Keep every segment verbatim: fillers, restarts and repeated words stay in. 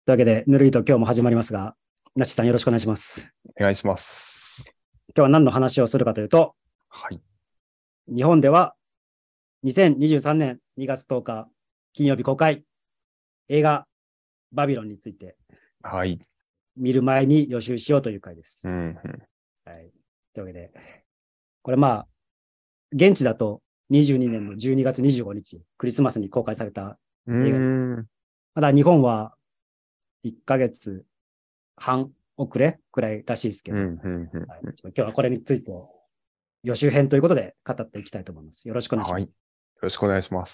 というわけで、ぬるいと今日も始まりますが、なちさんよろしくお願いします。 お願いします。 今日は何の話をするかというと、 はい。 日本ではにせんにじゅうさんねんにがつとおか金曜日公開、映画バビロンについてはい。 見る前に予習しようという回です。 うんうん。 はい。というわけで、これまあ、現地だとにじゅうにねんのじゅうにがつにじゅうごにち、クリスマスに公開された映画。まだ日本はいっかげつはん遅れくらいらしいですけど、 うんうんうんはい、今日はこれについて予習編ということで語っていきたいと思います。よろしくお願いします。はい。よろしくお願いします。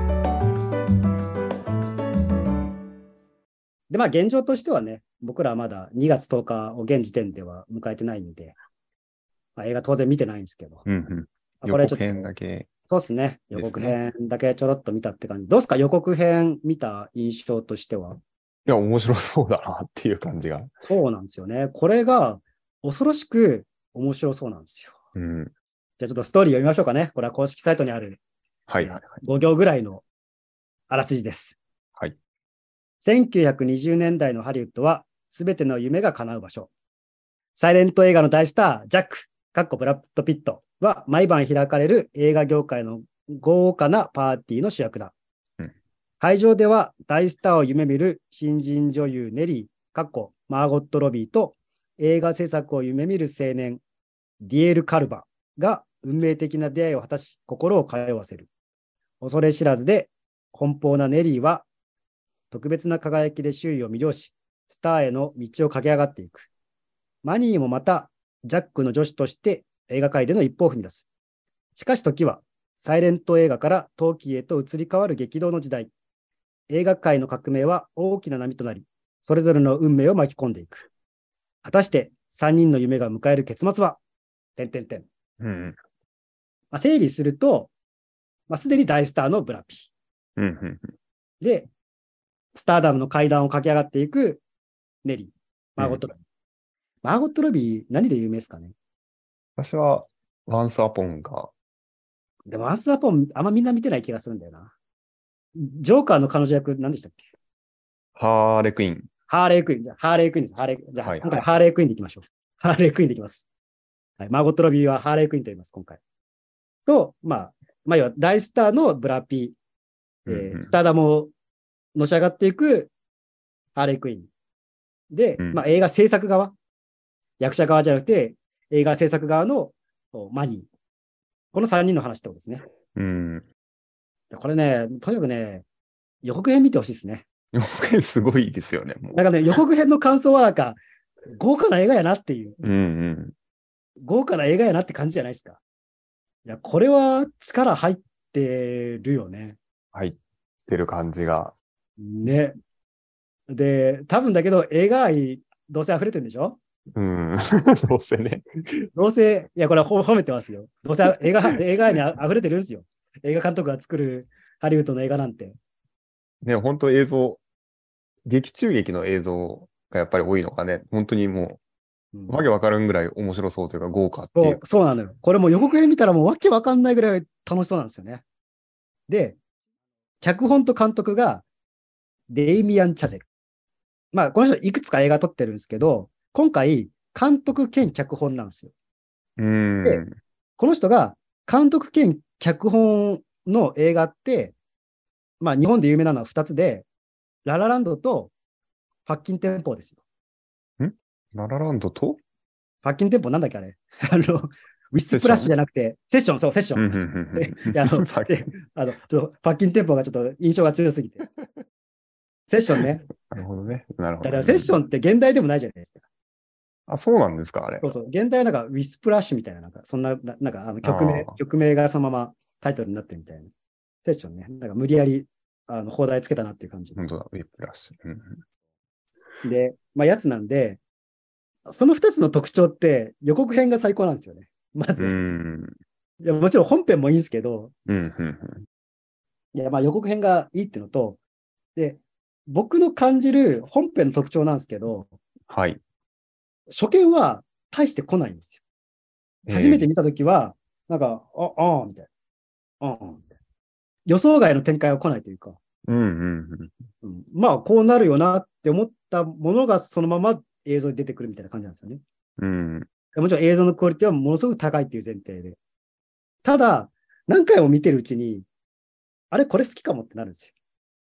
で、まあ現状としてはね、僕らはまだにがつとおかを現時点では迎えてないんで、まあ、映画当然見てないんですけど、 うんうん、 まあ、これちょっと予告編だけ。 そうですね。予告編だけちょろっと見たって感じ。どうですか、予告編見た印象としては。 いや、面白そうだなっていう感じが。 そうなんですよね。これが恐ろしく面白そうなんですよ。 うん、 じゃあちょっとストーリー読みましょうかね。これは公式サイトにある、 はいはいはい、 ご行ぐらいのあらすじです。 はい。 せんきゅうひゃくにじゅうねんだいのハリウッドは全ての夢が叶う場所。サイレント映画の大スター、ジャック、かっこブラッド・ピットは毎晩開かれる映画業界の豪華なパーティーの主役だ。うん、会場では大スターを夢見る新人女優ネリー、かっこマーゴット・ロビーと映画制作を夢見る青年、ディエル・カルバが運命的な出会いを果たし、心を通わせる。恐れ知らずで奔放なネリーは特別な輝きで周囲を魅了し、スターへの道を駆け上がっていく。マニーもまたジャックの助手として映画界での一歩を踏み出す。しかし時はサイレント映画から陶器へと移り変わる激動の時代。映画界の革命は大きな波となり、それぞれの運命を巻き込んでいく。果たしてさんにんの夢が迎える結末は点点点。 うん、 まあ、整理すると、まあ、すでに大スターのブラピー、うんうん、 で、スターダムの階段を駆け上がっていくネリー、マーゴットロビー。うん、マーゴットロビー、何で有名ですかね？ 私は、ワンスアポンが。 でも、ワンスアポン、あんまみんな見てない気がするんだよな。ジョーカーの彼女役、何でしたっけ？ ハーレクイーン。 ハーレークイーン。じゃあ、ハーレークイーンです。ハーレーじゃあ、はいはい、今回ハーレークイーンでいきましょう。ハーレークイーンでいきます。はい、マーゴットロビーはハーレークイーンと言います、今回。と、まあ、まあ、要は大スターのブラピー、えーうんうん、スターダムをのし上がっていくハーレークイーン。で、うん、まあ、映画制作側、役者側じゃなくて、映画制作側のマニー。このさんにんの話ってことですね。 うん。 これね、とにかくね、予告編見てほしいですね。 予告編すごいですよね。もうなんかね、予告編の感想はなんか、豪華な映画やなっていう。 うんうん。 豪華な映画やなって感じじゃないですか。いや、これは力入ってるよね。 入ってる感じが。 ね。で、多分だけど映画愛どうせ溢れてるんでしょ？ うん。どうせね。 どうせ、いや、これは褒めてますよ。どうせ映画、映画愛に溢れてるんですよ。映画監督が作るハリウッドの映画なんて。 ね、本当映像、劇中劇の映像がやっぱり多いのかね。本当にもう、うん、わけわかるんぐらい面白そうというか豪華っていう。 そう、そうなのよ。これも予告編見たらもうわけわかんないぐらい楽しそうなんですよね。で、脚本と監督がデイミアン・チャゼル。まあ、この人いくつか映画撮ってるんですけど、今回、監督兼脚本なんですよ。 うんで、この人が監督兼脚本の映画って、まあ、日本で有名なのはふたつで、ララランドとファッキンテンポですよ。 んララランドとファッキンテンポなんだっけあれあの、ウィスプラッシュじゃなくて、セッション、そう、セッション。あの、あのちょっとファッキンテンポがちょっと印象が強すぎて。セッションね。 なるほどね。なるほど、ね。 だからセッションって現代でもないじゃないですか。 あ、そうなんですか、あれ。 そうそう。現代はなんかウィスプラッシュみたいな、なんかそんな、なんかあの曲名、曲名がそのままタイトルになってるみたいな。セッションね。なんか無理やり、あの、放題つけたなっていう感じ。 本当だ、ウィスプラッシュ。 うん、で、まあ、やつなんで、そのふたつの特徴って予告編が最高なんですよね。まず。 うんいやもちろん本編もいいんですけど、 うんうんうん、 いやまあ予告編がいいっていうのと、で、僕の感じる本編の特徴なんですけど、 はい。 初見は大して来ないんですよ。えー、初めて見たときは、なんか、あ、ああ、みたいな。ああ、みたいな。予想外の展開は来ないというか。 うんうんうん、まあ、こうなるよなって思ったものがそのまま映像に出てくるみたいな感じなんですよね。 うん。 もちろん映像のクオリティはものすごく高いっていう前提で。ただ、何回も見てるうちに、あれ、これ好きかもってなるんですよ。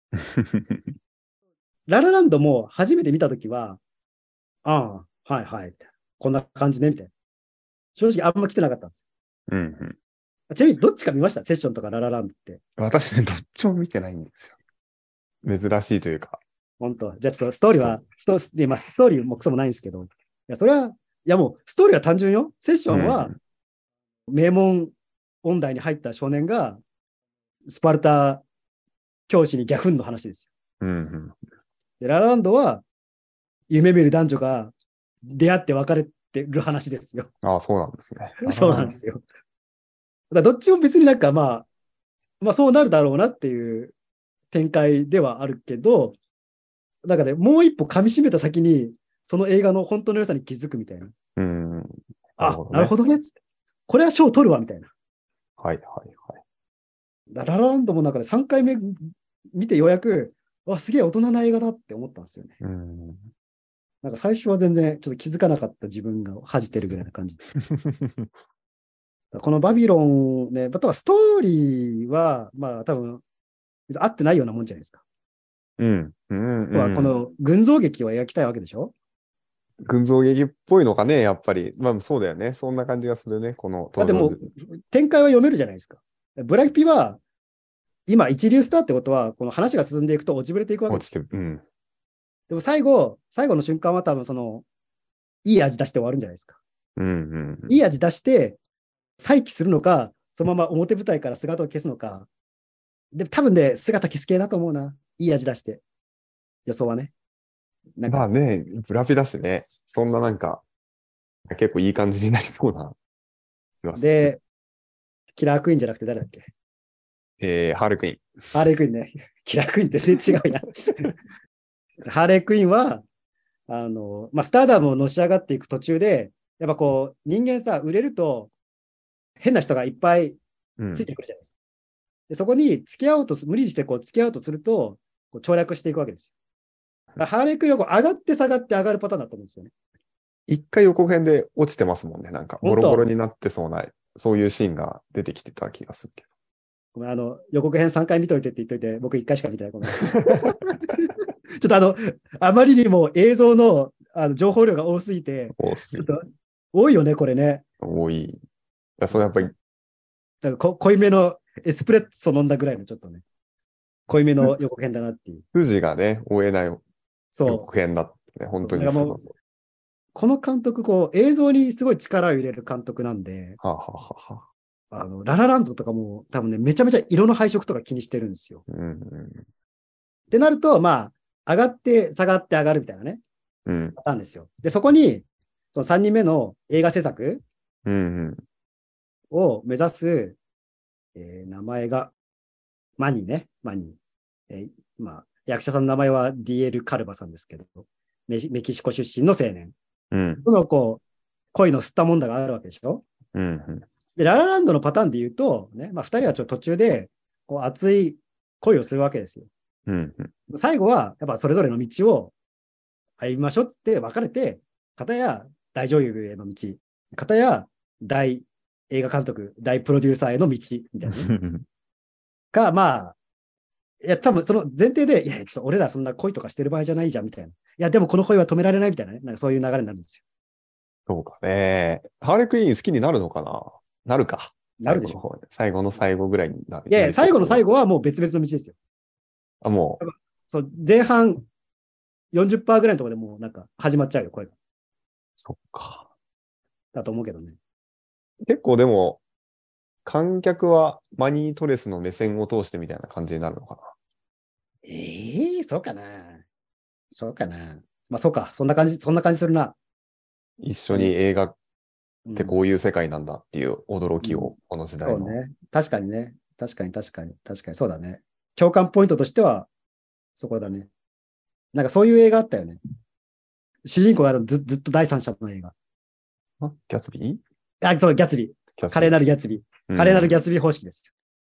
ララランドも初めて見たときは、ああ、はいはい、みたいな。こんな感じね、みたいな。正直あんま来てなかったんですうんうん。 よ。ちなみにどっちか見ましたセッションとかララランドって。 私ね、どっちも見てないんですよ。珍しいというか。 本当。じゃあちょっとストーリーは、 そう。 ストスまあ、ストーリーもクソもないんですけど、いや、それは、いやもう、ストーリーは単純よ。セッションは、 うん名門音大に入った少年が、スパルタ教師に逆の話です。 うんうんで、ララランドは、夢見る男女が出会って別れてる話ですよ。 ああ、そうなんですね。ララそうランなんですよ。だからどっちも別になんかまあ、まあそうなるだろうなっていう展開ではあるけど、なんかね、もう一歩噛み締めた先に、その映画の本当の良さに気づくみたいな。 うん。なるあ、 ほどね。 なるほどね。これは賞取るわ、みたいな。 はいはいはい。 ララランドもなんかね、さんかいめ見てようやく、わ、すげえ大人な映画だって思ったんですよね。 うん。 なんか最初は全然ちょっと気づかなかった自分が恥じてるぐらいな感じ。このバビロンね、あとはストーリーは、まあ多分、合ってないようなもんじゃないですか。 うん。うん要はこうん。 の群像劇を描きたいわけでしょ。 群像劇っぽいのかね、やっぱり。まあそうだよね。そんな感じがするね。この登場で。 だってもう、展開は読めるじゃないですか。ブラピは、今一流スターってことは、この話が進んでいくと落ちぶれていくわけですよ。 落ちてる。うん。 でも最後、最後の瞬間は多分その、いい味出して終わるんじゃないですか。 うんうんうん。 いい味出して、再起するのか、そのまま表舞台から姿を消すのか。で、多分ね、姿消す系だと思うな。いい味出して。予想はね。なんか、 まあね、ブラピだしね。そんななんか、結構いい感じになりそうな気はする。 で、キラークイーンじゃなくて誰だっけ。 えー、ハーレクイーン。 ハーレークイーンね。キラークイーン全然違うやん。ハーレークイーンは、あの、まあ、スターダムをのし上がっていく途中で、やっぱこう、人間さ、売れると、変な人がいっぱいついうん。 てくるじゃないですか。でそこに付き合おうと、無理してこう付き合おうとすると、こう省略していくわけですよ。ハーレークイーンはこう上がって下がって上がるパターンだと思うんですよね。 一回予告編で落ちてますもんね。なんか、ボロボロ本当、 になってそうな、そういうシーンが出てきてた気がするけごめんあの予告編さんかい見といてって言っといて、僕いっかいしか見てない。ごめん。ちょど。 っとあの、あまりにも映像のあの情報量が多すぎて、 多すぎ。 ちょっと多いよね、これね。 多い。だそれやっぱり、 だからこ濃いめのエスプレッソ飲んだぐらいのちょっとね、濃いめの予告編だなっていう。 富士がね、追えない予そ告編だってね、 う。そ本う。だからもう、 当にすごい。 この監督、こう、映像にすごい力を入れる監督なんで、 はあ、はあはあはあ、 あの、ララランドとかも多分ね、めちゃめちゃ色の配色とか気にしてるんですよ。 うん、 ってなると、まあ、上がって下がって上がるみたいなね、 うん、 パターンですよ。で、そこに、そのさんにんめの映画制作うん、うん、 を目指す、えー名前が、マニーね、マニー。えーまあ、役者さんの名前はディエル・カルバさんですけど、メメキシコ出身の青年。 うん、 そのこう、恋の吸ったもんだがあるわけでしょ。 うん、 で、ララランドのパターンで言うと、ね、まあ、ふたりはちょっと途中で、こう、熱い恋をするわけですよ。 うん、 最後は、やっぱそれぞれの道を歩みましょうっつって別れて、片や大女優への道、片や大映画監督、大プロデューサーへの道、みたいなね。が、まあ、いや、多分その前提で、いや、ちょっと俺らそんな恋とかしてる場合じゃないじゃん、みたいな。いや、でもこの恋は止められないみたいなね。なんかそういう流れになるんですよ。 そうかね。ハーレクイーン好きになるのかな。なるか。 なるでしょ。 最後の方で。最後の最後ぐらいになる。 いやいや、 なりそう。 最後の最後はもう別々の道ですよ。 あ、もそう前半よんじゅっパーセントぐらいのところでもうなんか始まっちゃうよ、これ。 う、そっか。 だと思うけどね。 結構でも、観客はマニートレスの目線を通してみたいな感じになるのかな。 ええー、そうかな。そうかな。まあそうか。そんな感じ、そんな感じするな。 一緒に映画っうん。 てこういう世界なんだっていう驚うん、 きを、この時代の。 そうね。確かにね。確かに確かに。確かにそうだね。共感ポイントとしては、そこだね。なんかそういう映画あったよね。主人公がずずっと第三者の映画。 あ、ギャツビーあ、そう、ギャツビー。華麗ギャツビー。 なるギャツビー。 う華麗なるギャん。 ツビー方式です。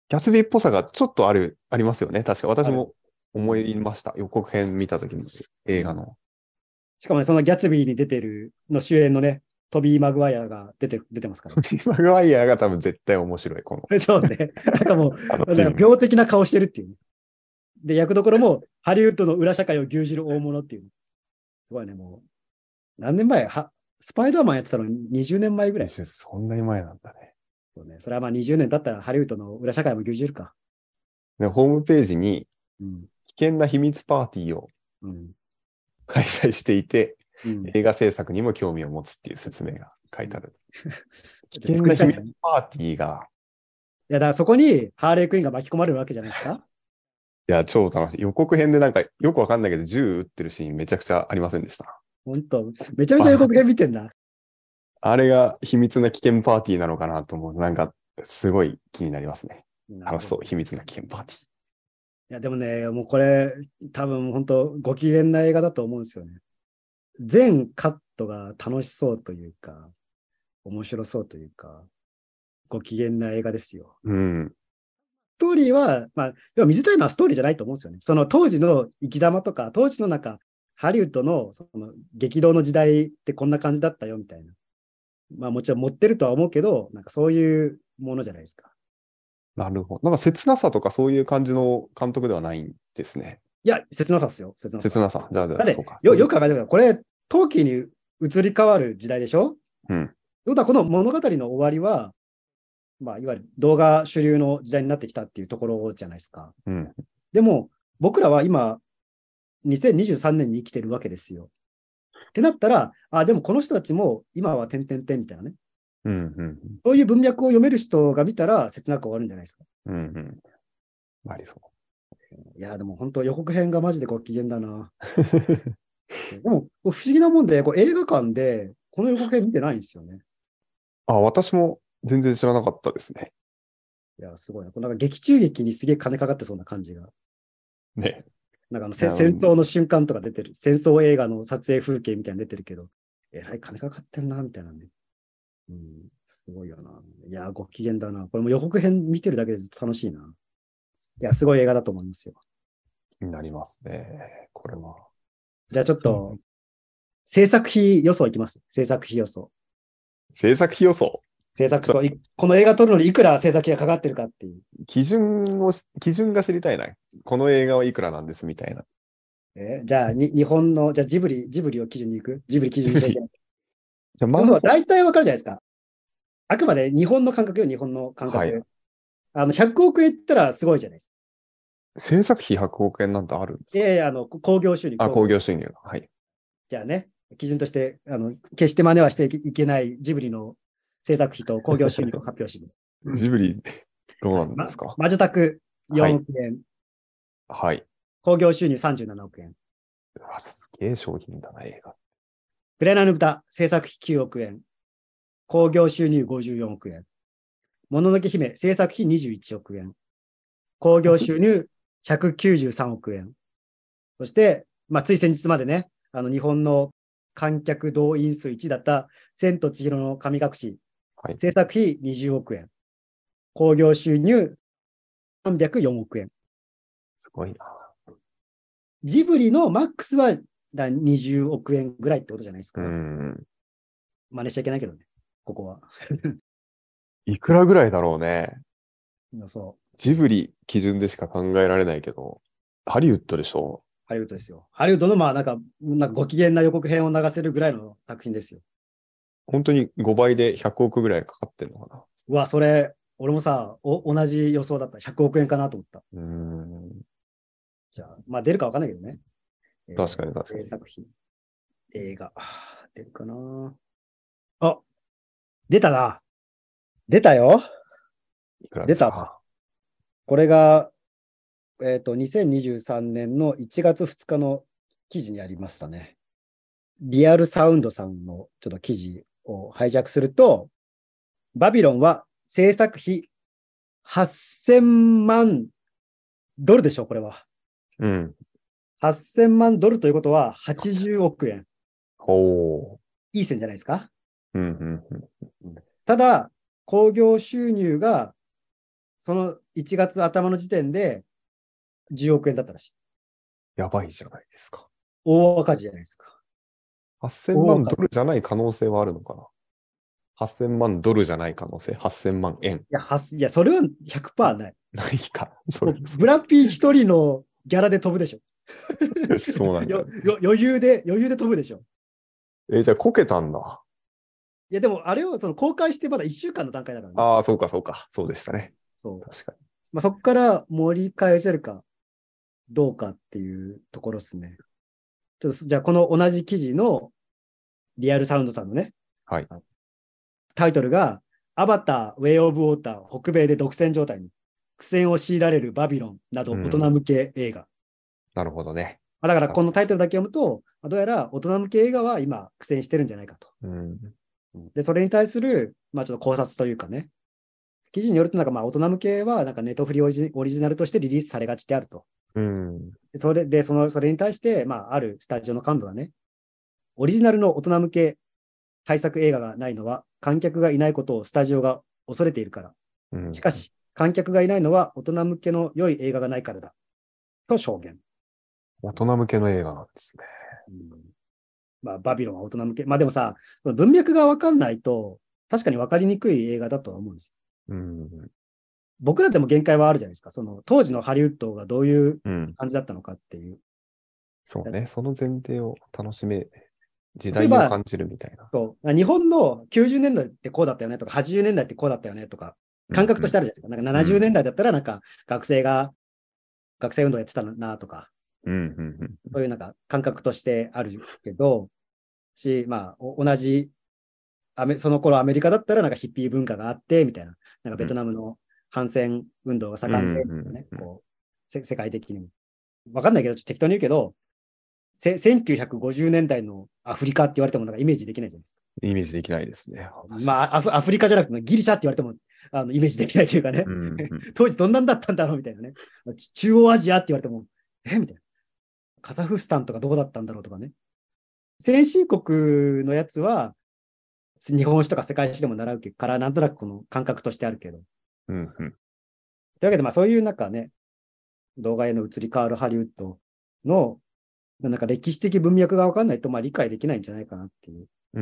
ギャツビーっぽさがちょっとある、ありますよね。確か私ある。 も思いました。予告編見た時の映画の。 しかもね、そのギャツビーに出てるの主演のね、トビー・マグワイアが出て、出てますから。 トビー・マグワイアが多分絶対面白い、この。 そうね。なんかもう、なんかあのシーン。 病的な顔してるっていう、ね。で、役どころもハリウッドの裏社会を牛耳る大物っていう。すごいね、もう。何年前はスパイダーマンやってたのににじゅうねんまえぐらい。 そんなに前なんだね。 そうね、それはまあにじゅうねん経ったらハリウッドの裏社会も牛耳るか。 で、ホームページにうん。 危険な秘密パーティーをうん。 開催していて、 うん、 映画制作にも興味を持つっていう説明が書いてある。危じゃあ険な秘作りたいんじゃない？ 密パーティーが、 いや、だからそこにハーレークイーンが巻き込まれるわけじゃないですか。 いや、超楽しい。予告編でなんかよくわかんないけど、銃撃ってるシーンめちゃくちゃありませんでした。 本当めちゃめちゃ予告編見てんだ。 あれが秘密な危険パーティーなのかなと思うと、なんかすごい気になりますね。楽しそう、秘密な危険パーティー。 いや、でもね、もうこれ、多分本当ご機嫌な映画だと思うんですよね。全カットが楽しそうというか、面白そうというか、ご機嫌な映画ですよ。 うん。 ストーリーは、まあ、要は見せたいのはストーリーじゃないと思うんですよね。その当時の生き様とか、当時のなんか、ハリウッドのその激動の時代ってこんな感じだったよみたいな。まあもちろん持ってるとは思うけど、なんかそういうものじゃないですか。 なるほど。なんか切なさとかそういう感じの監督ではないんですね。 いや、切なさっすよ、切なさ。 切なさ。じゃあ、じゃあ、 だってそうか。 よ、 そういうよく考えてください。これ、陶器に移り変わる時代でしょ。 うん。 ということは、この物語の終わりは、まあ、いわゆる動画主流の時代になってきたっていうところじゃないですか。 うん。 でも、僕らは今、にせんにじゅうさんねんに生きてるわけですよ。ってなったら、あ、でもこの人たちも今は点々点みたいなね。 うん。うん。 そういう文脈を読める人が見たら、切なく終わるんじゃないですか。 うん。うんありそいや、でも本当予告編がマジでご機嫌だな。 う。 でも、不思議なもんで、こう映画館でこの予告編見てないんですよね。 あ、私も全然知らなかったですね。 いや、すごいな。こうなんか劇中劇にすげえ金かかってそうな感じが。 ね。 なんかあのいやせ戦争の瞬間とか出てる。戦争映画の撮影風景みたいに出てるけど、えらい金かかってんな、みたいなね。うん、すごいよな。いや、ご機嫌だな。これも予告編見てるだけでずっと楽しいな。いや、すごい映画だと思いますよ。 気になりますね。これは。 じゃあちょっと、制作費予想いきます。制作費予想。 制作費予想。 制作そう、この映画撮るのにいくら制作費がかかってるかっていう。 基準を、基準が知りたいな。この映画はいくらなんですみたいな。 えーじゃあに、日本の、じゃあジブリ、ジブリを基準に行くジブリ基準にしちゃいけない。 じゃあ、 でまあ、 も大体わかるじゃないですか。あくまで日本の感覚よ、日本の感覚。 はい。 あの、ひゃくおく円いったらすごいじゃないですか。 制作費ひゃくおく円なんてあるんですか？ いやいや、あの、興行収入。 あ、興行収入が。はい。 じゃあね、基準として、あの、決して真似はしていけないジブリの制作費と興行収入を発表します。 ジブリ、どうなはい、ま、 んですか？ 魔女宅4 はい。 億円、 はい。 興行収入さんじゅうななおく円。 あすげえ商品だな、映画。 紅の豚制作費きゅうおく円、興行収入ごじゅうよんおく円。もののけ姫制作費にじゅういちおく円、興行収入ひゃくきゅうじゅうさんおく円。そして、まあ、つい先日までね、あの日本の観客動員数いちいだった千と千尋の神隠し、 はい。 制作費にじゅうおく円、興行収入さんびゃくよんおく円。 すごいな。 ジブリのマックスはにじゅうおく円ぐらいってことじゃないですうか。 ん。 真似しちゃいけないけどね、ここは。 いくらぐらいだろうね。 そう。 ジブリ基準でしか考えられないけど、ハリウッドでしょ？ ハリウッドですよ。ハリウッドのまあなんか、なんかご機嫌な予告編を流せるぐらいの作品ですよ。 本当にごばいでひゃくおくぐらいかかってんのかな。 うわ、それ、俺もさ、お同じ予想だった。ひゃくおく円かなと思った。 うーん。 じゃあ、まあ出るかわかんないけどね。 確かに確かに。 制作費。映画。出るかな。あ、出たな。出たよ。 いくらで出た。 すか？ これが、えっと、にせんにじゅうさんねんのいちがつふつかの記事にありましたね。リアルサウンドさんのちょっと記事をハイジャックすると、バビロンは制作費はっせんまんドルでしょ、これは。 うん。 はっせんまんドルということははちじゅうおく円。 ほいい線じゃないですか。 う。うんうんうん。 ただ、興行収入が、そのいちがつ頭の時点でじゅうおくえんだったらしい。 やばいじゃないですか。 大赤字じゃないですか。 はっせんまんドルじゃない可能性はあるのかな。はっせんまんドルじゃない可能性。はっせんまん円。 いや、いやそれは ひゃくパーセント ない。 ないか。それブラピー一人のギャラで飛ぶでしょ。 そうなんだよ、 よよ余裕で、余裕で飛ぶでしょ。 えーじゃあこけたんだ。 いや、でもあれをその公開してまだいっしゅうかんの段階だからね。 ああ、そうか、そうか。そうでしたね。 そう。 確かに。 まあ、そこから盛り返せるかどうかっていうところですね。ちょっとじゃあ、この同じ記事のリアルサウンドさんのね、 はい。 タイトルが、アバター、ウェイ・オブ・ウォーター、北米で独占状態に、苦戦を強いられるバビロンなど、大人向け映画。 なるほどね。 まあ、だから、このタイトルだけ読むと、どうやら大人向け映画は今、苦戦してるんじゃないかと。 うん、 で、それに対する、まあ、ちょっと考察というかね、記事によると、なんかまあ大人向けは、なんかネットフリオリジオリジナルとしてリリースされがちであると。 うん、 で、それで、その、それに対して、まあ、あるスタジオの幹部はね、オリジナルの大人向け対策映画がないのは、観客がいないことをスタジオが恐れているから。 うん、 しかし、観客がいないのは大人向けの良い映画がないからだ。と証言。 大人向けの映画なんですね。 うん、まあ、バビロンは大人向け。まあでもさ、文脈が分かんないと、確かに分かりにくい映画だとは思うんですよ。うん、 僕らでも限界はあるじゃないですか。その当時のハリウッドがどういううん、 感じだったのかっていう。 そうね。その前提を楽しめ、時例えば、 代を感じるみたいな。 そう日本のきゅうじゅうねんだいってこうだったよねとか、はちじゅうねんだいってこうだったよねとか、感覚としてあるじゃないですか。なんかななじゅうねんだいだったら、なんか学生が、学生運動やってたなとか、 うんうんうん、 そういうなんか感覚としてあるけど、し、まあ、同じアメ、その頃アメリカだったらなんかヒッピー文化があって、みたいな、なんかベトナムの反戦運動が盛んで、ね、こう、世界的にも。わかんないけど、ちょっと適当に言うけど、せせんきゅうひゃくごじゅうねんだいのアフリカって言われてもなんかイメージできないじゃないですか。 イメージできないですね。 まあアフ、アフリカじゃなくてギリシャって言われてもあのイメージできないというかね、うんうん、当時どんなんだったんだろうみたいなね。中央アジアって言われても、えみたいな。カザフスタンとかどうだったんだろうとかね。先進国のやつは、日本史とか世界史でも習うから、なんとなくこの感覚としてあるけど。 うんうん、というわけで、まあそういうなんかね、動画への移り変わるハリウッドの、なんか歴史的文脈が分かんないと、まあ理解できないんじゃないかなっていう。 うん、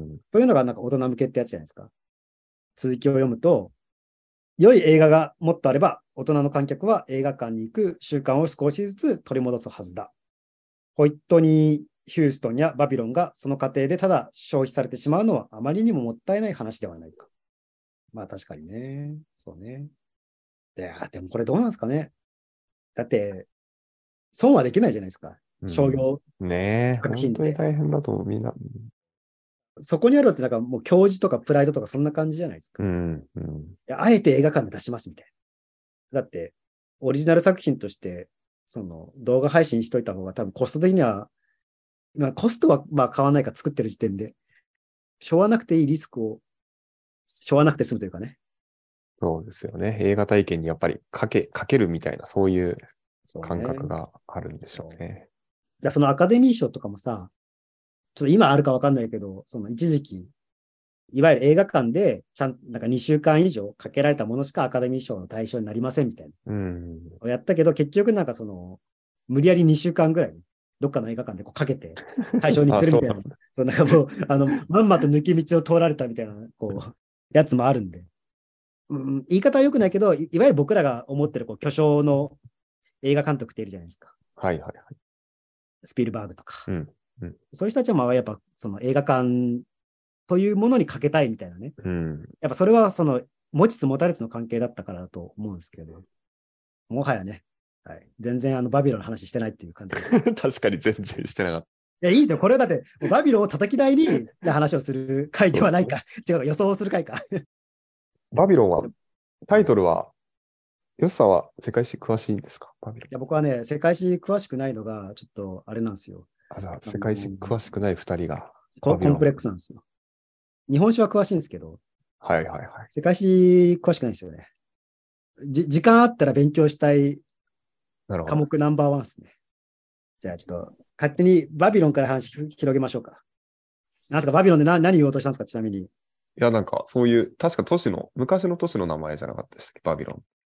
そういうのがなんか大人向けってやつじゃないですか。続きを読むと、良い映画がもっとあれば、大人の観客は映画館に行く習慣を少しずつ取り戻すはずだ。ホイットニー・ヒューストンやバビロンがその過程でただ消費されてしまうのはあまりにももったいない話ではないか。まあ確かにね。そうね。いや、でもこれどうなんですかね。だって、損はできないじゃないですか。商業うん、ねえ、 作品って。 本当に大変だと思う、みんな。 そこにあるってなんかもう教授とかプライドとかそんな感じじゃないですか。 うんうん、 いやあえて映画館で出しますみたいな。だって、オリジナル作品として、その動画配信しといた方が多分コスト的には、まあ、コストはまあ変わらないか作ってる時点で、しょうがなくていいリスクを、しょうがなくて済むというかね。 そうですよね。映画体験にやっぱりかけ、かけるみたいな、そういう感覚があるんでしょうね。 そ, うそのアカデミー賞とかもさ、ちょっと今あるかわかんないけど、その一時期、いわゆる映画館で、ちゃんなんかにしゅうかん以上かけられたものしかアカデミー賞の対象になりませんみたいな。 うん。 やったけど、結局なんかその、無理やりにしゅうかんぐらい、どっかの映画館でこうかけて対象にするみたいな。そうそうなんかもう、あの、まんまと抜き道を通られたみたいな、こう、やつもあるんで。うん、言い方は良くないけど、い, いわゆる僕らが思ってるこう巨匠の映画監督っているじゃないですか。 はいはいはい。 スピルバーグとか。 うんうん、 そういう人たちはまあやっぱその映画館というものにかけたいみたいなね。 うん、 やっぱそれはその持ちつ持たれつの関係だったからだと思うんですけど、もはやね、はい、全然あのバビロンの話してないっていう感じです。 確かに全然してなかった。 いや、いいですよ。これだって、バビロンを叩き台に話をする回ではないか。違う、予想をする回か。 バビロンは、タイトルは、ヨシさんは世界史詳しいんですか？バビロン。 いや、僕はね、世界史詳しくないのが、ちょっとあれなんですよ。 あ、じゃあ、世界史詳しくない二人がコ。コンプレックスなんですよ。日本史は詳しいんですけど、 はいはいはい。 世界史詳しくないですよね。じ時間あったら勉強したい科目ナンバーワンですね。じゃあちょっと勝手にバビロンから話広げましょうか。なんすかバビロンで何何言おうとしたんですか、ちなみに。 いや、なんかそういう、確か都市の、昔の都市の名前じゃなかったでしたっけ、バビロン。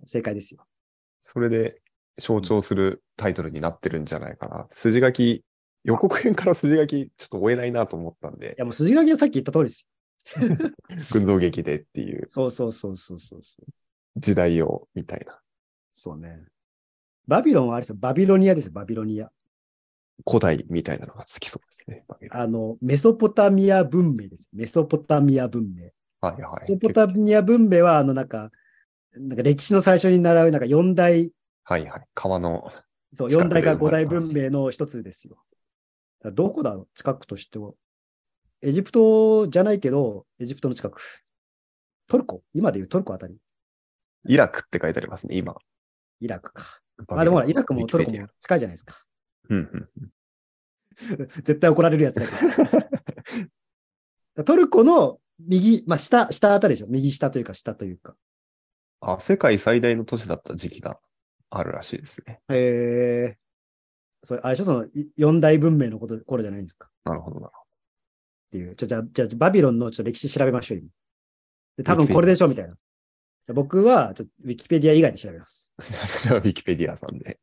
正解ですよ。 それで象徴するタイトルになってるんじゃないかな。筋書き、予告編から筋書きちょっと追えないなと思ったんで。 いやもう筋書きはさっき言った通りですよ。群像劇でっていう。 そうそうそうそうそう。 時代を、みたいな。 そうね。バビロンはあれですよ。バビロニアですよ、バビロニア。 古代みたいなのが好きそうですね。 あの、メソポタミア文明です。メソポタミア文明。 はいはい。 メソポタミア文明は、あの、なんか、なんか歴史の最初に習う、なんかよん大、 はいはい。川の。 そう、よん大かご大文明の一つですよ。どこだろう、近くとしては。エジプトじゃないけど、エジプトの近く。トルコ今でいうトルコあたり。 イラクって書いてありますね、今。 イラクか。まあでもほら、イラクもトルコも近いじゃないですか。 うんうん絶対怒られるやつだけど。トルコの右、まあ下、下あたりでしょ。右下というか下というか。 あ、世界最大の都市だった時期があるらしいですね。 へえ。それ、あれでしょ、その四大文明のこと、頃じゃないんですか。 なるほどなるほど。 っていう。ちょ、じゃあ、じゃあ、バビロンのちょっと歴史調べましょう、今。で、多分これでしょ、みたいな。じゃあ僕は、ちょっとウィキペディア以外で調べます。 じゃあ、それはウィキペディアさんで。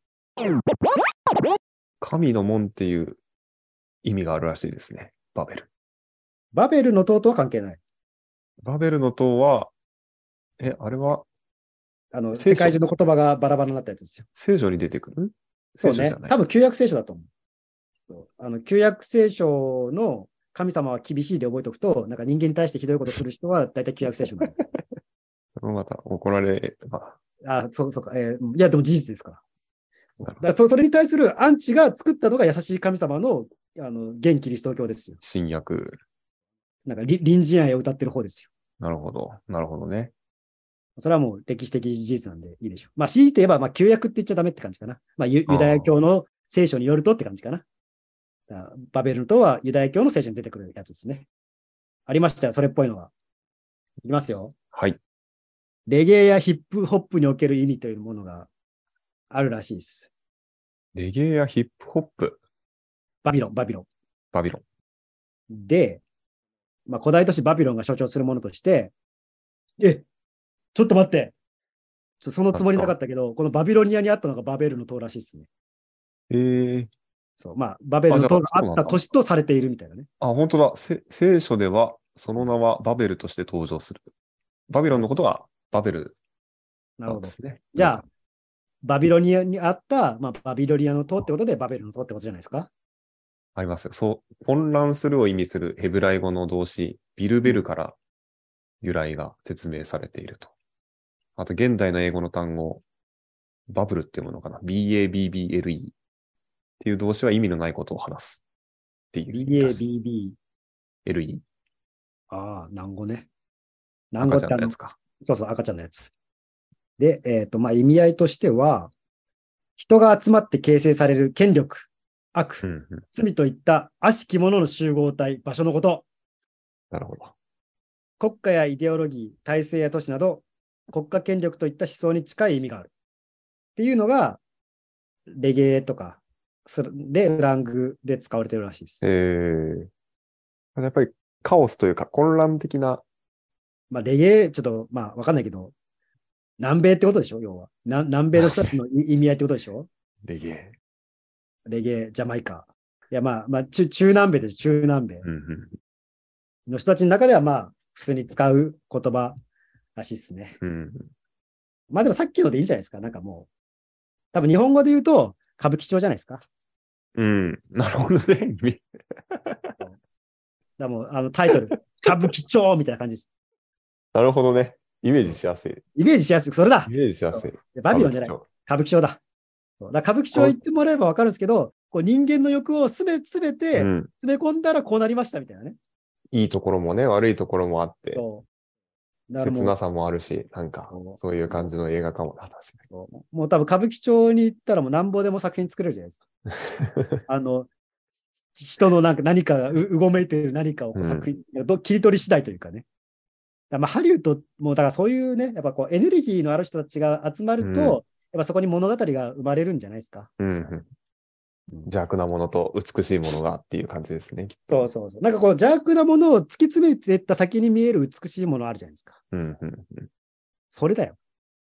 神の門っていう意味があるらしいですね。バベル。 バベルの塔とは関係ない。 バベルの塔は、え、あれはあの、世界中の言葉がバラバラになったやつですよ。 聖書に出てくる？ そうね。多分旧約聖書だと思う。あの旧約聖書の神様は厳しいで覚えておくと、なんか人間に対してひどいことする人は大体旧約聖書なの。また怒られば。 あ、そうそうか。えー、いや、でも事実ですから。だからそそれに対するアンチが作ったのが優しい神様のあの現キリスト教ですよ。 新約。 なんか隣人愛を歌ってる方ですよ。 なるほど。なるほどね。 それはもう歴史的事実なんでいいでしょう。まあ、強いて言えば、まあ、旧約って言っちゃダメって感じかな。まあ、ユユダヤ教の聖書によるとって感じかな。だバベルとはユダヤ教の聖書に出てくるやつですね。ありましたよ、それっぽいのが。いきますよ。 はい。 レゲエやヒップホップにおける意味というものがあるらしいです。 レゲエやヒップホップ。 バビロン、バビロン。 バビロン。 で、まあ、古代都市バビロンが象徴するものとして、え、ちょっと待って。ちょそのつもりなかったけど、このバビロニアにあったのがバベルの塔らしいですね。 えー、 そう、まあ、バベルの塔があった都市とされているみたいなね。 あ、本当だ。聖書では、その名はバベルとして登場する。バビロンのことはバベルなんですね。なるほど。 じゃあ、バビロニアにあった、まあ、バビロニアの塔ってことで、バベルの塔ってことじゃないですか。 ありますよ。そう、混乱するを意味するヘブライ語の動詞、ビルベルから由来が説明されていると。あと、現代の英語の単語、バブルっていうものかな。ビーエービービーエルイー っていう動詞は意味のないことを話すっていう。 ビーエービービーエルイー。 ああ、南語ね。 南語ってあのやつか。 そうそう、赤ちゃんのやつ。で、えっ、ー、と、まあ、意味合いとしては、人が集まって形成される権力、悪、うんうん、罪といった悪しきものの集合体、場所のこと。 なるほど。 国家やイデオロギー、体制や都市など、国家権力といった思想に近い意味がある。っていうのが、レゲエとかで、スラングで使われてるらしいです。 えー、やっぱりカオスというか混乱的な。 まあ、レゲエ、ちょっと、まあ、わかんないけど、南米ってことでしょ要は。な南米の人たちの意味合いってことでしょレゲエ。 レゲエ、ジャマイカ。いや、まあ、まあ、中中南米で中南米の人たちの中では、まあ、普通に使う言葉らしいですね。 うん、 まあ、でもさっきのでいいんじゃないですか。なんかもう、多分日本語で言うと、歌舞伎町じゃないですか。 うん、なるほどね。 だもう、あのタイトル、歌舞伎町みたいな感じです。 なるほどね。イメージしやすい。 イメージしやすい。それだ。 イメージしやすい。 バビロンじゃない。歌舞伎町だ。だ歌舞伎町行ってもらえば分かるんですけど、こう人間の欲をすべて詰め込んだらこうなりましたみたいなね。 うん、いいところもね、悪いところもあって、 そう切なさもあるし、なんか、そういう感じの映画かもな、確かに。 そうもう多分歌舞伎町に行ったらもうなんぼでも作品作れるじゃないですか。あの、人のなんか何かがうごめいている何かをこう作品、うん、切り取り次第というかね。まあ、ハリウッドも、だからそういうね、やっぱこうエネルギーのある人たちが集まると、うん、やっぱそこに物語が生まれるんじゃないですか。 うんうん、邪悪なものと美しいものがっていう感じですね。 そうそうそう。なんかこう邪悪なものを突き詰めていった先に見える美しいものあるじゃないですか。 うんうんうん、 それだよ。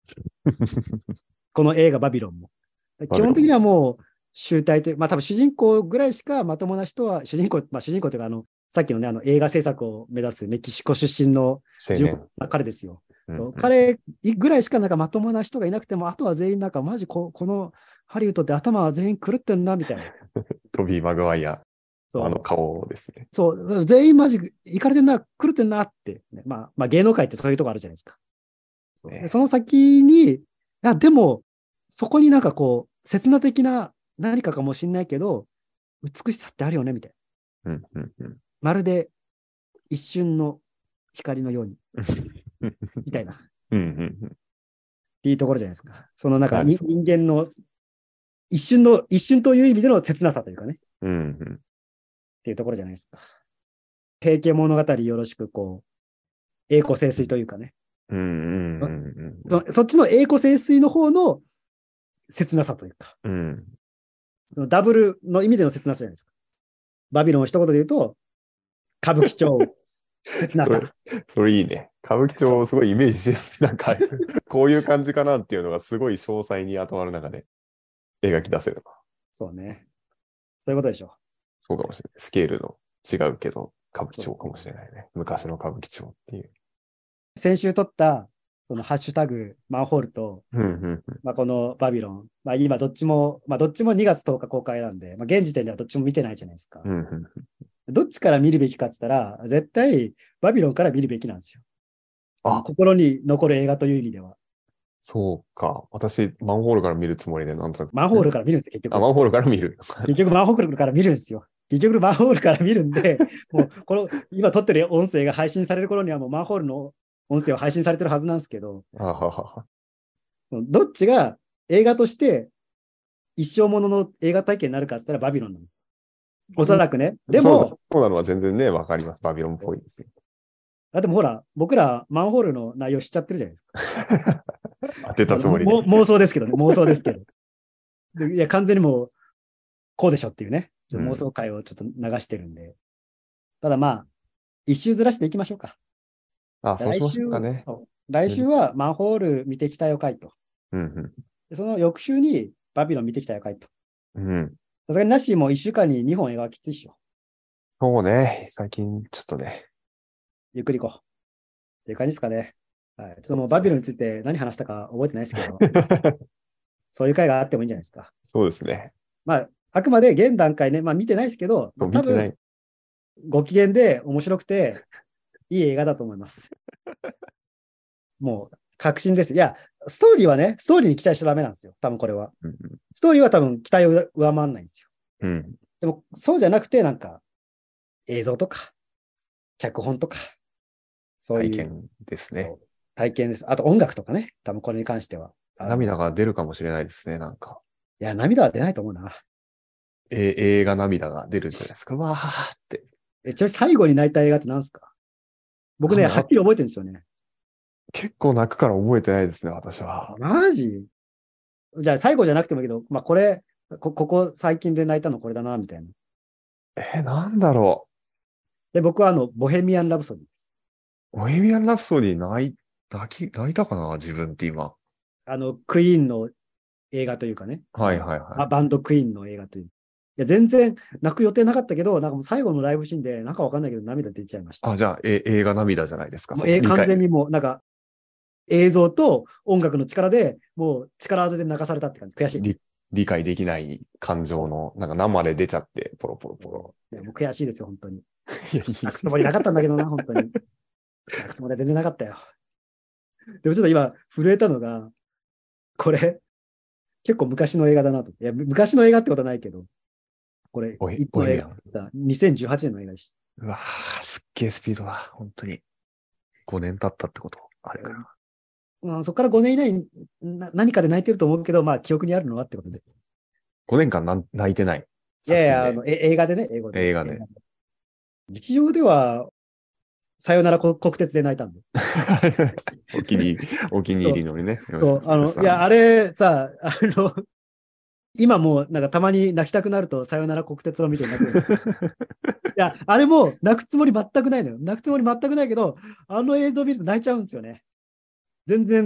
この映画バビロンも。基本的にはもう集大という、まあ多分主人公ぐらいしかまともな人は、主人公、まあ主人公というか、あの、さっきのね、あの映画制作を目指すメキシコ出身の青年。 彼ですよ。 うんそう彼ぐらいしかなんかまともな人がいなくても、あとは全員なんかマジここのハリウッドって頭は全員狂ってんなみたいな。 トビー・マグワイア、 そうあの顔ですね。 そう、全員マジいかれてんな、狂ってんなって、ね。まあ、まあ芸能界ってそういうとこあるじゃないですか。そうねでその先に、いやでも、そこになんかこう、刹那的な何かかもしれないけど、美しさってあるよねみたいな。 うんうんうんまるで一瞬の光のように、みたいな。っうんうんうんていうところじゃないですか。そのなんかになるほど人間の一瞬の、一瞬という意味での切なさというかね、っうんうんていうところじゃないですか。平家物語よろしく、こう、栄枯盛衰というかね、 うんうんうんそそっちの栄枯盛衰の方の切なさというか、 うんそのダブルの意味での切なさじゃないですか。バビロンを一言で言うと、歌舞伎町、切なさ。 それ、それいいね。歌舞伎町をすごいイメージしてる。なんか、こういう感じかなっていうのがすごい詳細に頭の中で描き出せるな。 そうね。そういうことでしょそうかもしれない。スケールの違うけど、歌舞伎町かもしれないね。昔の歌舞伎町っていう。 う。先週撮った、そのハッシュタグ、マンホールと、 うんうんまあ、このバビロン、まあ、今どっちも、まあ、どっちもにがつとおか公開なんで、まあ、現時点ではどっちも見てないじゃないですか。 うんうんどっちから見るべきかって言ったら、絶対バビロンから見るべきなんですよ。 あ、 心に残る映画という意味では。 そうか。私、マンホールから見るつもりで、なんとなく。 マンホールから見るんですよ、結あ、 局。 マンホールから見る。 結局マンホールから見るんですよ。結局マンホールから見るんで、もうこの今撮ってる音声が配信される頃にはもうマンホールの音声は配信されてるはずなんですけど、 あははは。 どっちが映画として一生ものの映画体験になるかって言ったらバビロンなんです。おそらくね。でそうも、 そうなのは全然ね、わかります。バビロンっぽいですよ。 あでもほら、僕らマンホールの内容知っちゃってるじゃないですか。 当てたつもりで。 も妄想ですけどね、妄想ですけど。でいや、完全にもう、こうでしょっていうね、ちょっと妄想会をちょっと流してるんで。ただまあ、一周ずらしていきましょうか。 あ、そうしまし来週ょうかね。 そう来週はマンホール見てきたよかいと。 うんでその翌週にバビロン見てきたよかいと。 うん。うん。 さすがになしもいっしゅうかんににほん映画はきついっしょ。 そうね。最近ちょっとね。 ゆっくり行こう。っていう感じですかね。はい。ちょっともうそうですねバビロンについて何話したか覚えてないですけど、そういう回があってもいいんじゃないですか。 そうですね。 まあ、あくまで現段階ね、まあ見てないですけど、まあ、多分そう見てない。 ご機嫌で面白くていい映画だと思います。もう確信です。いや、ストーリーはね、ストーリーに期待しちゃダメなんですよ。多分これは。 うんストーリーは多分期待を上回らないんですよ。 うん。 でも、そうじゃなくて、なんか、映像とか、脚本とか、そういう体験ですね。 そう体験です。あと音楽とかね、多分これに関しては。あの涙が出るかもしれないですね。なんか。 いや、涙は出ないと思うな。 え映画涙が出るんじゃないですか。うわーって。 え、ちなみに最後に泣いた映画って何ですか？僕ね、 なんだはっきり覚えてるんですよね。 結構泣くから覚えてないですね、私は。 マジ？じゃあ最後じゃなくてもいいけど、まあこれ、こここ最近で泣いたのこれだな、みたいな。 えーなんだろで、僕はあの、ボヘミアン・ラブソディ。 う。ボヘミアン・ラプソディ泣い、泣き、泣いたかな自分って今。 あの、クイーンの映画というかね。 はいはいはい。 あバンドクイーンの映画という。いや、全然泣く予定なかったけど、なんかもう最後のライブシーンで、なんかわかんないけど涙出ちゃいました。 あ、じゃあ、え映画涙じゃないですか。 もうえその理解完全にもう、なんか、映像と音楽の力でもう力技で泣かされたって感じ。悔しい。 理理解できない感情の、なんか生で出ちゃって、ポロポロポロ。 いやもう悔しいですよ、本当に。 いや、いい泣くつもりなかったんだけどな、本当に。泣くつもりは全然なかったよ。でもちょっと今、震えたのが、これ、結構昔の映画だなと。いや、昔の映画ってことはないけど、これ、 ボヘいつの映ボヘ画にせんじゅうはちねんの映画でしうわー、すっげえスピードだ。本当に。ごねん経ったってことあれかな。 た。まあ、そこからごねん以内にな何かで泣いてると思うけど、まあ、記憶にあるのはってことで。 ごねんかんなん泣いてない。 いやいや、あ作のえ映画でね、英語で。 映画で。 日常では、さよなら国鉄で泣いたんで。 お気に入り、お気に入りのね。 そう、あの、いや、あれさ、あの、今もなんかたまに泣きたくなると、さよなら国鉄を見て泣く。いや、あれも泣くつもり全くないのよ。泣くつもり全くないけど、あの映像を見ると泣いちゃうんですよね。全然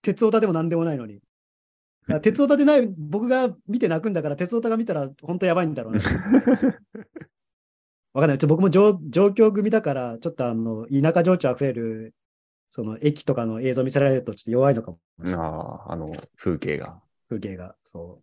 鉄オタでもなんでもないのに。鉄オタでない、僕が見て泣くんだから、鉄オタが見たら本当やばいんだろうな。わかんない。ちょ僕も上上京組だから、ちょっとあの田舎情緒あふれる、その駅とかの映像見せられるとちょっと弱いのかも。 ああ、あの、風景が。 風景が。そう。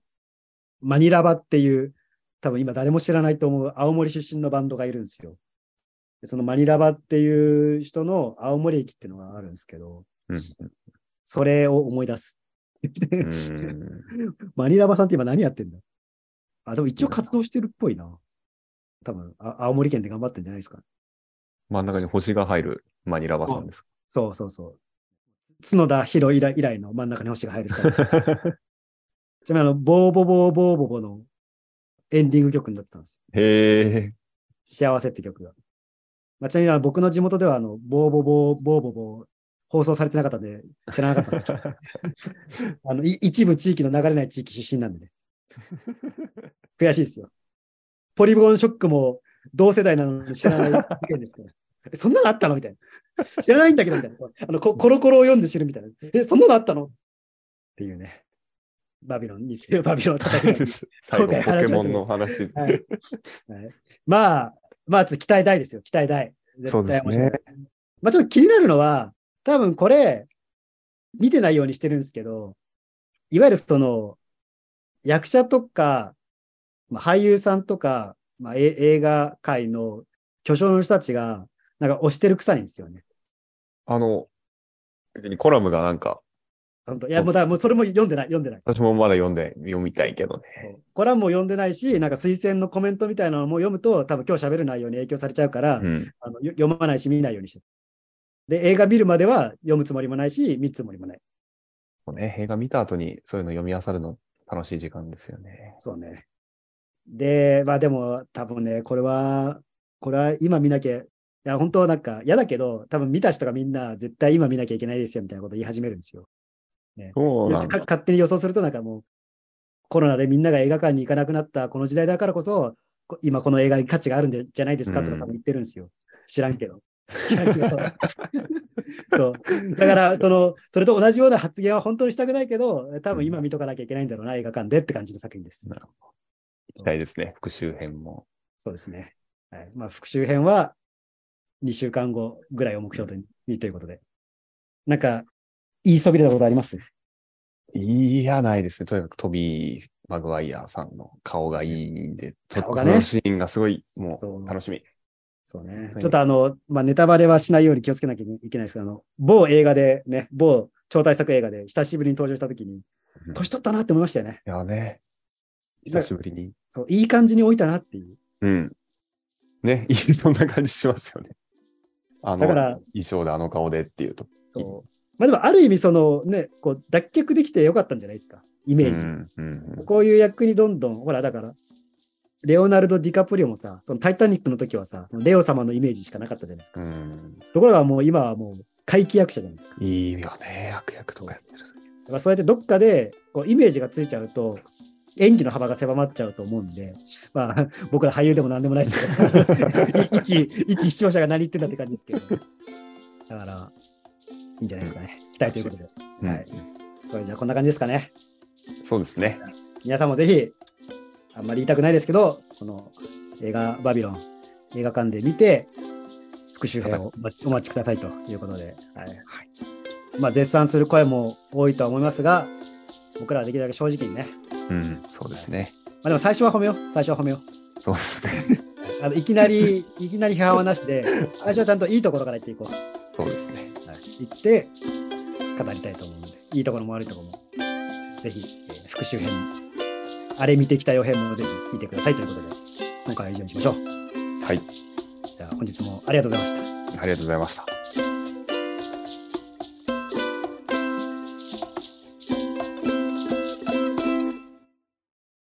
マニラバっていう、多分今誰も知らないと思う青森出身のバンドがいるんですよ。でそのマニラバっていう人の青森駅っていうのがあるんですけど、 うん、 それを思い出す。 うんマニラバさんって今何やってんだ？あ、でも一応活動してるっぽいな。多分あ青森県で頑張ってんじゃないですか。 真ん中に星が入るマニラバさんですか。 そうそうそう。角田博以来以来の真ん中に星が入る人。ちなみにあの、ボーボボーボーボボのエンディング曲になってたんですよ。 へえ。 幸せって曲が。まあ、ちなみにあの僕の地元ではあの、ボーボボーボーボボ放送されてなかったんで、知らなかったんですあのい一部地域の流れない地域出身なんでね。悔しいですよ。ポリゴンショックも同世代なのに知らない意見ですから。え、そんなのあったのみたいな。知らないんだけどみたいな。あのコロコロを読んで知るみたいな。え、そんなのあったのっていうね。バビロン、日曜バビロンを叩く。 最後、ポケモンの話。 はいはい、まあ、まあ、期待大ですよ。期待大。 そうですね。 まあ、ちょっと気になるのは、多分これ、見てないようにしてるんですけど、いわゆるその、役者とか、まあ、俳優さんとか、まあ、映画界の巨匠の人たちが、なんか推してる臭いんですよね。 あの、別にコラムがなんか、 本当いや、もうだ、もうそれも読んでない、読んでない。 私もまだ読んで、読みたいけどね。 コラムも読んでないし、なんか推薦のコメントみたいなのも読むと、多分今日喋る内容に影響されちゃうから、うん、あの読まないし、見ないようにして。で、映画見るまでは読むつもりもないし、見るつもりもない。 そうね、映画見た後にそういうの読み漁るの楽しい時間ですよね。 そうね。で、まあでも、多分ね、これは、これは今見なきゃ、いや、本当なんか嫌だけど、多分見た人がみんな絶対今見なきゃいけないですよみたいなことを言い始めるんですよ。ね、 そうなんです。 勝手に予想すると、なんかもう、コロナでみんなが映画館に行かなくなったこの時代だからこそ、今この映画に価値があるんじゃないですかとか多分言ってるんですよ。うん、知らんけど。知らんけどそうだから、その、それと同じような発言は本当にしたくないけど、多分今見とかなきゃいけないんだろうな、うん、映画館でって感じの作品です。 なるほど。期待ですね、復習編も。 そうですね。はい、まあ、復習編はにしゅうかんごぐらいを目標とにということで。なんか、言いそびれたことあります？ いや、ないですね。とにかくトビー・マグワイアさんの顔がいいんで、ちょっとそのシーンがすごい、もう楽しみ。 そうね。はい、ちょっとあの、まあ、ネタバレはしないように気をつけなきゃいけないですけど、あの、某映画でね、某超大作映画で久しぶりに登場したときに、うん、年取ったなって思いましたよね。 いやね。久しぶりに。 そう、いい感じに置いたなっていう。 うん。ね、そんな感じしますよね。あの、だから衣装であの顔でっていうと。 そう。まあでも、ある意味、そのね、こう、脱却できてよかったんじゃないですか。イメージ。 うんうんうん、 こういう役にどんどん、ほら、だから、レオナルド・ディカプリオもさ、そのタイタニックの時はさ、レオ様のイメージしかなかったじゃないですか。うん、ところがもう今はもう怪奇役者じゃないですか。 いいよね、悪役とかやってる。だからそうやってどっかでこうイメージがついちゃうと、演技の幅が狭まっちゃうと思うんで、まあ、僕ら俳優でもなんでもないですけど、一、一視聴者が何言ってんだって感じですけど、だから、いいんじゃないですかね。期待ということです。うん、はい。これじゃあこんな感じですかね。 そうですね。 皆さんもぜひ、あんまり言いたくないですけど、この映画バビロン、映画館で見て、復習編をお待ちくださいということで、はいはい、まあ、絶賛する声も多いとは思いますが、僕らはできるだけ正直にね。 うん、そうですね。 まあ、でも最初は褒めよう、最初は褒めよう。そうですね。 あのいきなり、いきなり批判はなしで、最初はちゃんといいところから言っていこう。 そうですね。 はい、言って、語りたいと思うので、いいところも悪いところも、ぜひ、えー、復習編、あれ見てきたよ編もぜひ見てくださいということで、今回は以上にしましょう。 はい。 じゃあ本日もありがとうございました。 ありがとうございました。